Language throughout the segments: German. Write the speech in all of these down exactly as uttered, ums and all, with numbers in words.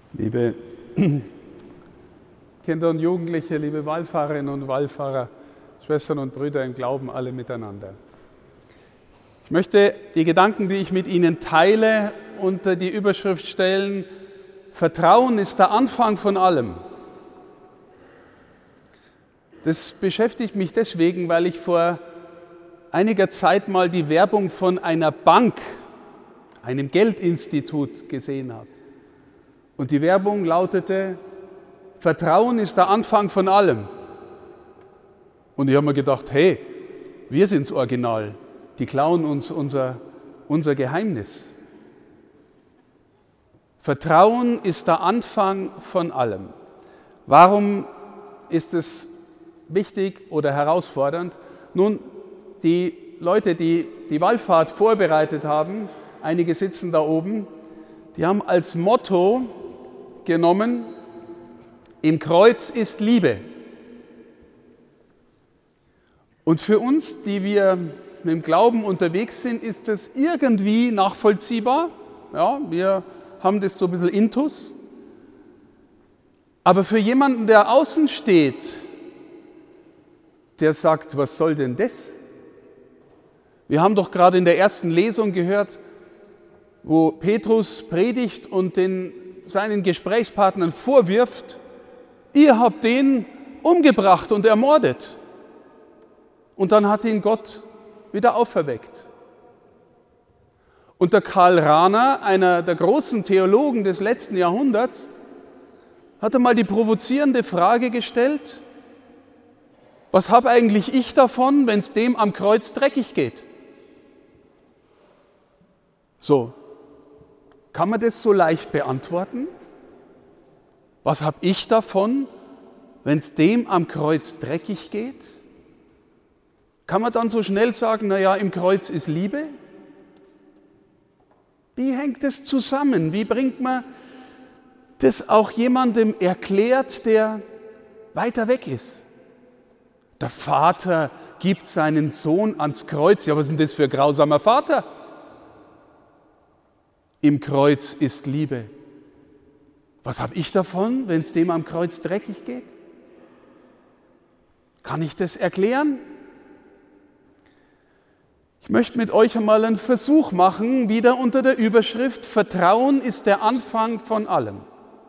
Liebe Kinder und Jugendliche, liebe Wallfahrerinnen und Wallfahrer, Schwestern und Brüder im Glauben, alle miteinander. Ich möchte die Gedanken, die ich mit Ihnen teile, unter die Überschrift stellen: Vertrauen ist der Anfang von allem. Das beschäftigt mich deswegen, weil ich vor einiger Zeit mal die Werbung von einer Bank, einem Geldinstitut gesehen habe. Und die Werbung lautete: Vertrauen ist der Anfang von allem. Und ich habe mir gedacht, hey, wir sind das Original. Die klauen uns unser, unser Geheimnis. Vertrauen ist der Anfang von allem. Warum ist es wichtig oder herausfordernd? Nun, die Leute, die die Wallfahrt vorbereitet haben, einige sitzen da oben, die haben als Motto genommen: Im Kreuz ist Liebe. Und für uns, die wir mit dem Glauben unterwegs sind, ist das irgendwie nachvollziehbar. Ja, wir haben das so ein bisschen intus. Aber für jemanden, der außen steht, der sagt, was soll denn das? Wir haben doch gerade in der ersten Lesung gehört, wo Petrus predigt und den, seinen Gesprächspartnern vorwirft: Ihr habt den umgebracht und ermordet. Und dann hat ihn Gott wieder auferweckt. Und der Karl Rahner, einer der großen Theologen des letzten Jahrhunderts, hat einmal die provozierende Frage gestellt: Was habe eigentlich ich davon, wenn es dem am Kreuz dreckig geht? So, kann man das so leicht beantworten? Was habe ich davon, wenn es dem am Kreuz dreckig geht? Kann man dann so schnell sagen, naja, im Kreuz ist Liebe? Wie hängt das zusammen? Wie bringt man das auch jemandem erklärt, der weiter weg ist? Der Vater gibt seinen Sohn ans Kreuz. Ja, was ist denn das für ein grausamer Vater? Im Kreuz ist Liebe. Was habe ich davon, wenn es dem am Kreuz dreckig geht? Kann ich das erklären? Ich möchte mit euch einmal einen Versuch machen, wieder unter der Überschrift Vertrauen ist der Anfang von allem.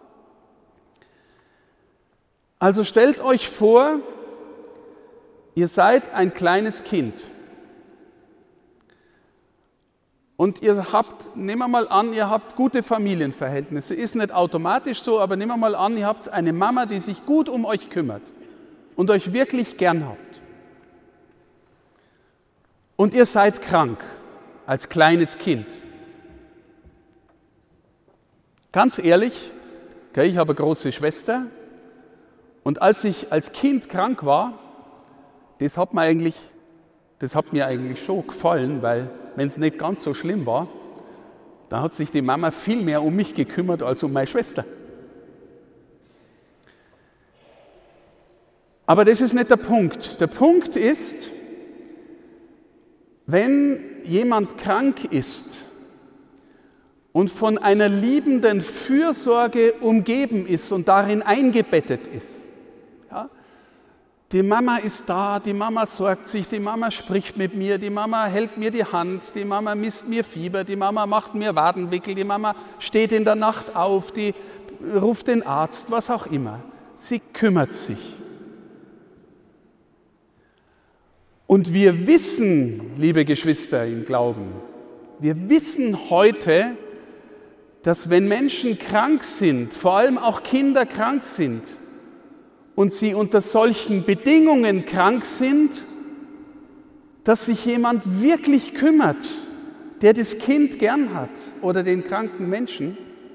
Also stellt euch vor, ihr seid ein kleines Kind. Und ihr habt, nehmen wir mal an, ihr habt gute Familienverhältnisse. Ist nicht automatisch so, aber nehmen wir mal an, ihr habt eine Mama, die sich gut um euch kümmert und euch wirklich gern habt. Und ihr seid krank als kleines Kind. Ganz ehrlich, okay, ich habe eine große Schwester, und als ich als Kind krank war, das hat mir eigentlich, das hat mir eigentlich schon gefallen, weil wenn es nicht ganz so schlimm war, dann hat sich die Mama viel mehr um mich gekümmert als um meine Schwester. Aber das ist nicht der Punkt. Der Punkt ist, wenn jemand krank ist und von einer liebenden Fürsorge umgeben ist und darin eingebettet ist, ja, die Mama ist da, die Mama sorgt sich, die Mama spricht mit mir, die Mama hält mir die Hand, die Mama misst mir Fieber, die Mama macht mir Wadenwickel, die Mama steht in der Nacht auf, die ruft den Arzt, was auch immer. Sie kümmert sich. Und wir wissen, liebe Geschwister im Glauben, wir wissen heute, dass wenn Menschen krank sind, vor allem auch Kinder krank sind, und sie unter solchen Bedingungen krank sind, dass sich jemand wirklich kümmert, der das Kind gern hat oder den kranken Menschen,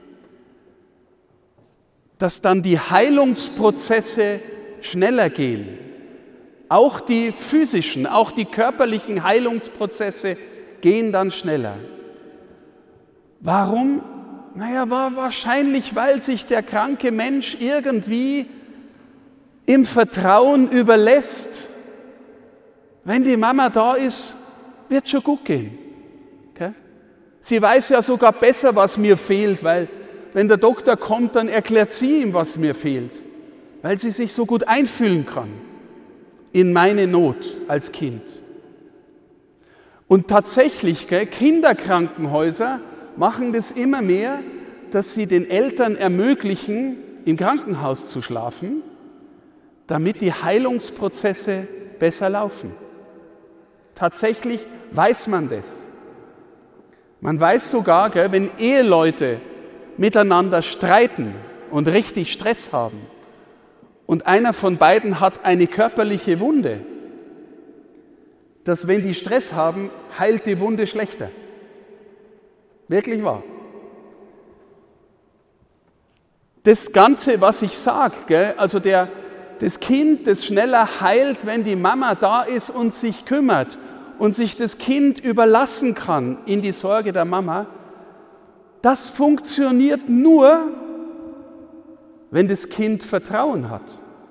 dass dann die Heilungsprozesse schneller gehen. Auch die physischen, auch die körperlichen Heilungsprozesse gehen dann schneller. Warum? Naja, war wahrscheinlich, weil sich der kranke Mensch irgendwie im Vertrauen überlässt, wenn die Mama da ist, wird schon gut gehen. Okay? Sie weiß ja sogar besser, was mir fehlt, weil wenn der Doktor kommt, dann erklärt sie ihm, was mir fehlt, weil sie sich so gut einfühlen kann in meine Not als Kind. Und tatsächlich, gell, Kinderkrankenhäuser machen das immer mehr, dass sie den Eltern ermöglichen, im Krankenhaus zu schlafen, damit die Heilungsprozesse besser laufen. Tatsächlich weiß man das. Man weiß sogar, gell, wenn Eheleute miteinander streiten und richtig Stress haben und einer von beiden hat eine körperliche Wunde, dass wenn die Stress haben, heilt die Wunde schlechter. Wirklich wahr. Das Ganze, was ich sage, also der, das Kind, das schneller heilt, wenn die Mama da ist und sich kümmert und sich das Kind überlassen kann in die Sorge der Mama, das funktioniert nur, wenn das Kind Vertrauen hat.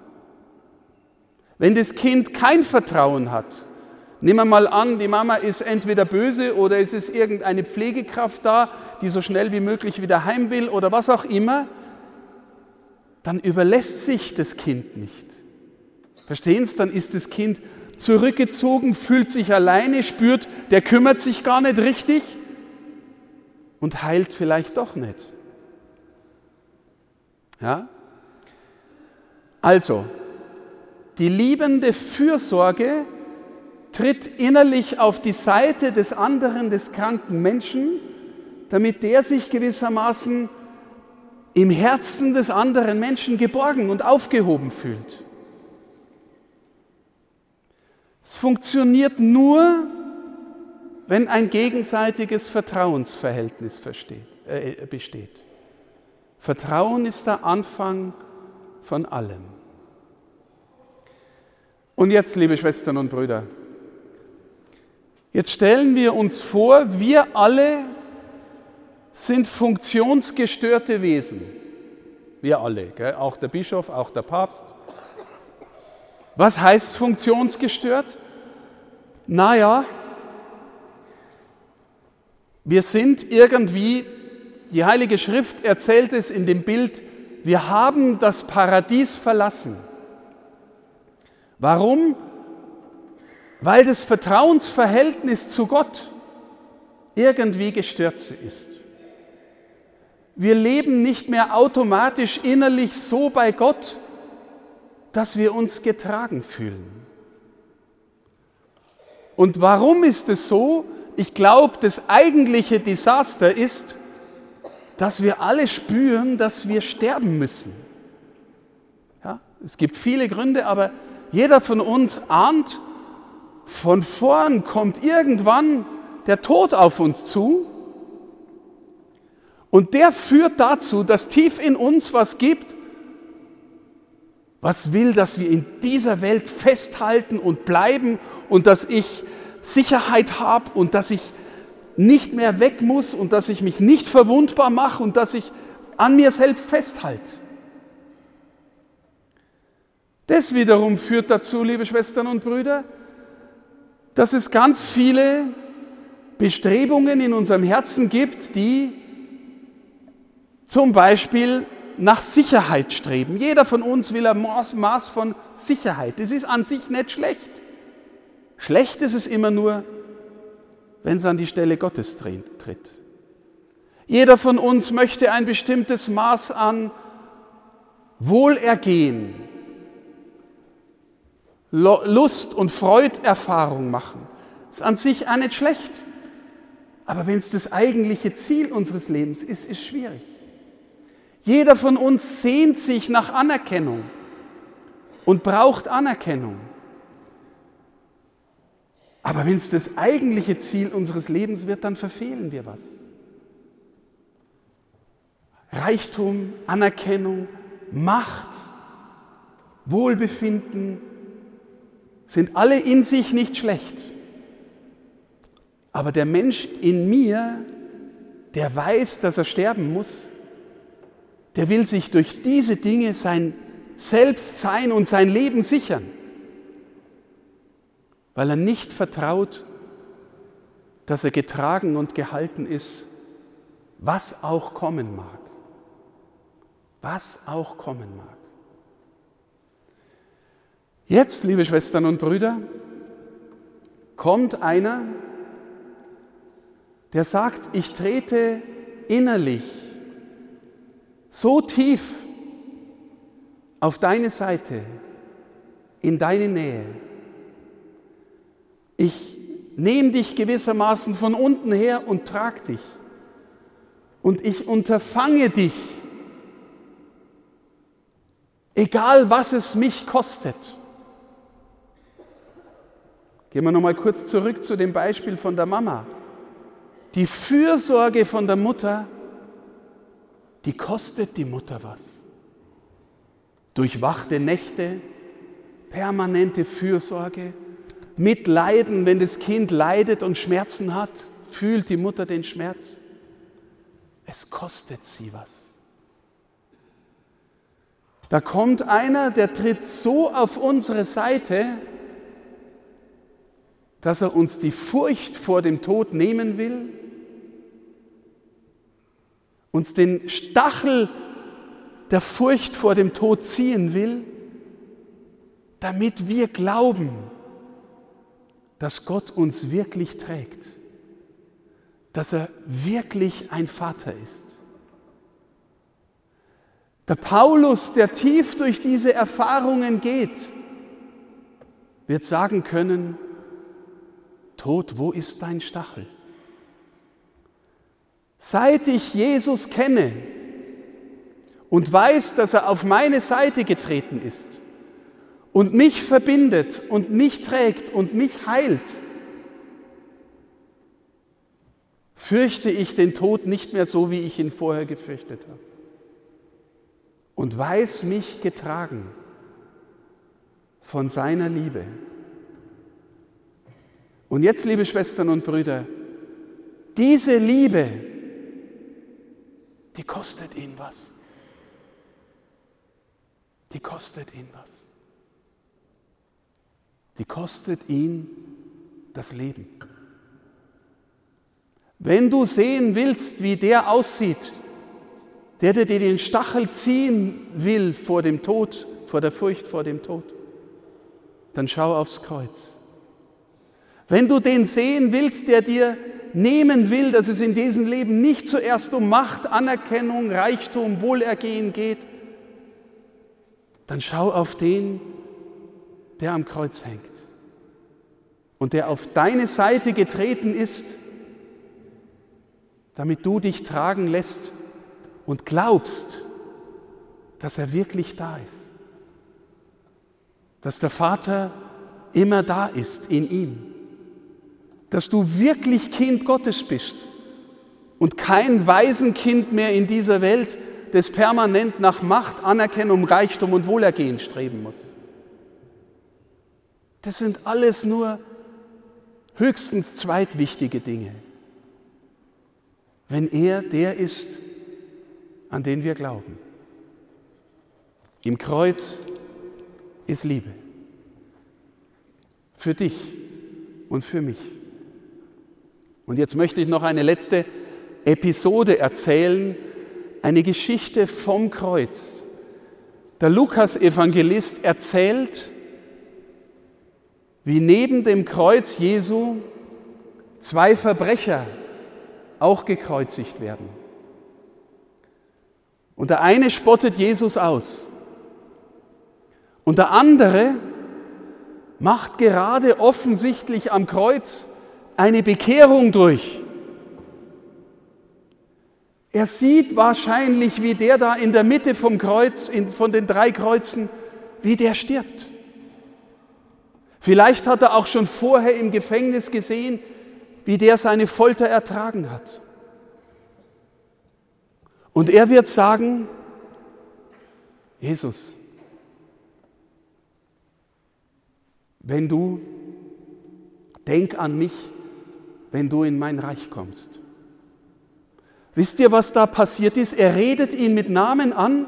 Wenn das Kind kein Vertrauen hat, nehmen wir mal an, die Mama ist entweder böse oder es ist irgendeine Pflegekraft da, die so schnell wie möglich wieder heim will oder was auch immer, dann überlässt sich das Kind nicht. Verstehen Sie? Dann ist das Kind zurückgezogen, fühlt sich alleine, spürt, der kümmert sich gar nicht richtig und heilt vielleicht doch nicht. Ja? Also, die liebende Fürsorge tritt innerlich auf die Seite des anderen, des kranken Menschen, damit der sich gewissermaßen im Herzen des anderen Menschen geborgen und aufgehoben fühlt. Es funktioniert nur, wenn ein gegenseitiges Vertrauensverhältnis äh, besteht. Vertrauen ist der Anfang von allem. Und jetzt, liebe Schwestern und Brüder, jetzt stellen wir uns vor, wir alle sind funktionsgestörte Wesen. Wir alle, gell? Auch der Bischof, auch der Papst. Was heißt funktionsgestört? Naja, wir sind irgendwie, die Heilige Schrift erzählt es in dem Bild, wir haben das Paradies verlassen. Warum? Weil das Vertrauensverhältnis zu Gott irgendwie gestört ist. Wir leben nicht mehr automatisch innerlich so bei Gott, dass wir uns getragen fühlen. Und warum ist es so? Ich glaube, das eigentliche Desaster ist, dass wir alle spüren, dass wir sterben müssen. Ja, es gibt viele Gründe, aber jeder von uns ahnt, von vorn kommt irgendwann der Tod auf uns zu. Und der führt dazu, dass tief in uns was gibt, was will, dass wir in dieser Welt festhalten und bleiben und dass ich Sicherheit habe und dass ich nicht mehr weg muss und dass ich mich nicht verwundbar mache und dass ich an mir selbst festhalte. Das wiederum führt dazu, liebe Schwestern und Brüder, dass es ganz viele Bestrebungen in unserem Herzen gibt, die zum Beispiel nach Sicherheit streben. Jeder von uns will ein Maß, Maß von Sicherheit. Das ist an sich nicht schlecht. Schlecht ist es immer nur, wenn es an die Stelle Gottes tritt. Jeder von uns möchte ein bestimmtes Maß an Wohlergehen, Lust und Freuderfahrung machen. Das ist an sich auch nicht schlecht. Aber wenn es das eigentliche Ziel unseres Lebens ist, ist es schwierig. Jeder von uns sehnt sich nach Anerkennung und braucht Anerkennung. Aber wenn es das eigentliche Ziel unseres Lebens wird, dann verfehlen wir was. Reichtum, Anerkennung, Macht, Wohlbefinden sind alle in sich nicht schlecht. Aber der Mensch in mir, der weiß, dass er sterben muss, der will sich durch diese Dinge sein Selbstsein und sein Leben sichern, weil er nicht vertraut, dass er getragen und gehalten ist, was auch kommen mag. was auch kommen mag. Jetzt, liebe Schwestern und Brüder, kommt einer, der sagt, ich trete innerlich so tief auf deine Seite, in deine Nähe. Ich nehme dich gewissermaßen von unten her und trage dich. Und ich unterfange dich, egal was es mich kostet. Gehen wir nochmal kurz zurück zu dem Beispiel von der Mama. Die Fürsorge von der Mutter, die kostet die Mutter was. Durchwachte Nächte, permanente Fürsorge, Mitleiden, wenn das Kind leidet und Schmerzen hat, fühlt die Mutter den Schmerz. Es kostet sie was. Da kommt einer, der tritt so auf unsere Seite, dass er uns die Furcht vor dem Tod nehmen will, uns den Stachel der Furcht vor dem Tod ziehen will, damit wir glauben, dass Gott uns wirklich trägt, dass er wirklich ein Vater ist. Der Paulus, der tief durch diese Erfahrungen geht, wird sagen können, Tod, wo ist dein Stachel? Seit ich Jesus kenne und weiß, dass er auf meine Seite getreten ist und mich verbindet und mich trägt und mich heilt, fürchte ich den Tod nicht mehr so, wie ich ihn vorher gefürchtet habe. Und weiß mich getragen von seiner Liebe. Und jetzt, liebe Schwestern und Brüder, diese Liebe, die kostet ihn was. Die kostet ihn was. Die kostet ihn das Leben. Wenn du sehen willst, wie der aussieht, der, der dir den Stachel ziehen will vor dem Tod, vor der Furcht vor dem Tod, dann schau aufs Kreuz. Wenn du den sehen willst, der dir nehmen will, dass es in diesem Leben nicht zuerst um Macht, Anerkennung, Reichtum, Wohlergehen geht, dann schau auf den, der am Kreuz hängt und der auf deine Seite getreten ist, damit du dich tragen lässt und glaubst, dass er wirklich da ist, dass der Vater immer da ist in ihm, dass du wirklich Kind Gottes bist und kein Waisenkind mehr in dieser Welt, das permanent nach Macht, Anerkennung, Reichtum und Wohlergehen streben muss. Das sind alles nur höchstens zweitwichtige Dinge, wenn er der ist, an den wir glauben. Im Kreuz ist Liebe. Für dich und für mich. Und jetzt möchte ich noch eine letzte Episode erzählen, eine Geschichte vom Kreuz. Der Lukas-Evangelist erzählt, wie neben dem Kreuz Jesu zwei Verbrecher auch gekreuzigt werden. Und der eine spottet Jesus aus und der andere macht gerade offensichtlich am Kreuz eine Bekehrung durch. Er sieht wahrscheinlich, wie der da in der Mitte vom Kreuz, in, von den drei Kreuzen, wie der stirbt. Vielleicht hat er auch schon vorher im Gefängnis gesehen, wie der seine Folter ertragen hat. Und er wird sagen, Jesus, wenn du, denk an mich, wenn du in mein Reich kommst. Wisst ihr, was da passiert ist? Er redet ihn mit Namen an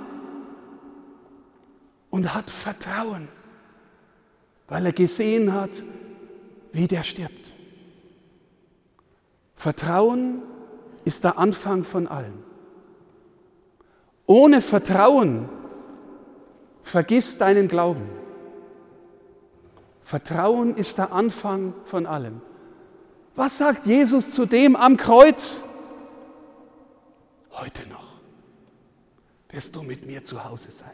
und hat Vertrauen, weil er gesehen hat, wie der stirbt. Vertrauen ist der Anfang von allem. Ohne Vertrauen vergiss deinen Glauben. Vertrauen ist der Anfang von allem. Was sagt Jesus zu dem am Kreuz? Heute noch wirst du mit mir zu Hause sein.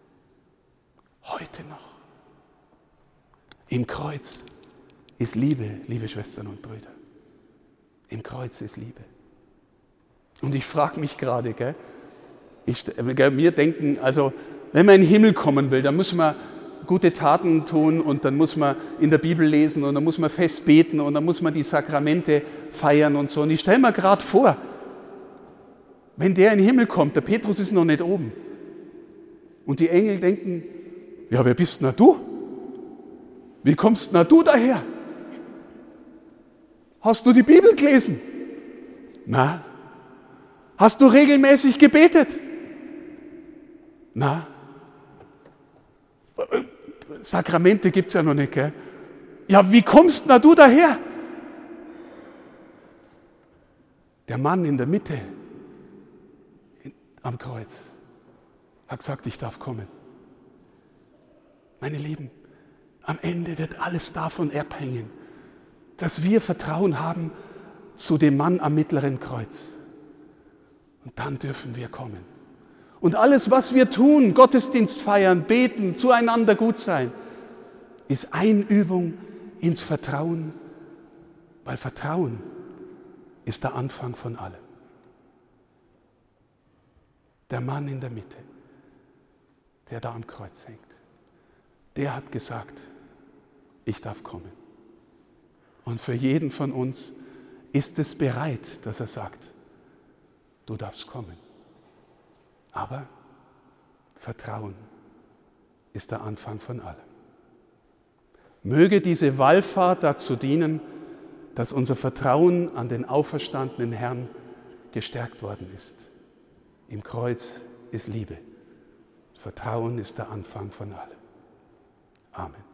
Heute noch. Im Kreuz ist Liebe, liebe Schwestern und Brüder. Im Kreuz ist Liebe. Und ich frage mich gerade, gell, ich, wir denken, also wenn man in den Himmel kommen will, dann muss man gute Taten tun und dann muss man in der Bibel lesen und dann muss man fest beten und dann muss man die Sakramente feiern und so. Und ich stelle mir gerade vor, wenn der in den Himmel kommt, der Petrus ist noch nicht oben und die Engel denken, ja, wer bist denn du? Wie kommst denn du daher? Hast du die Bibel gelesen? Na? Hast du regelmäßig gebetet? Na? Sakramente gibt es ja noch nicht, gell? Ja, wie kommst denn du daher? Der Mann in der Mitte am Kreuz hat gesagt, ich darf kommen. Meine Lieben, am Ende wird alles davon abhängen, dass wir Vertrauen haben zu dem Mann am mittleren Kreuz. Und dann dürfen wir kommen. Und alles, was wir tun, Gottesdienst feiern, beten, zueinander gut sein, ist Einübung ins Vertrauen, weil Vertrauen ist der Anfang von allem. Der Mann in der Mitte, der da am Kreuz hängt, der hat gesagt, ich darf kommen. Und für jeden von uns ist es bereit, dass er sagt, du darfst kommen. Aber Vertrauen ist der Anfang von allem. Möge diese Wallfahrt dazu dienen, dass unser Vertrauen an den auferstandenen Herrn gestärkt worden ist. Im Kreuz ist Liebe. Vertrauen ist der Anfang von allem. Amen.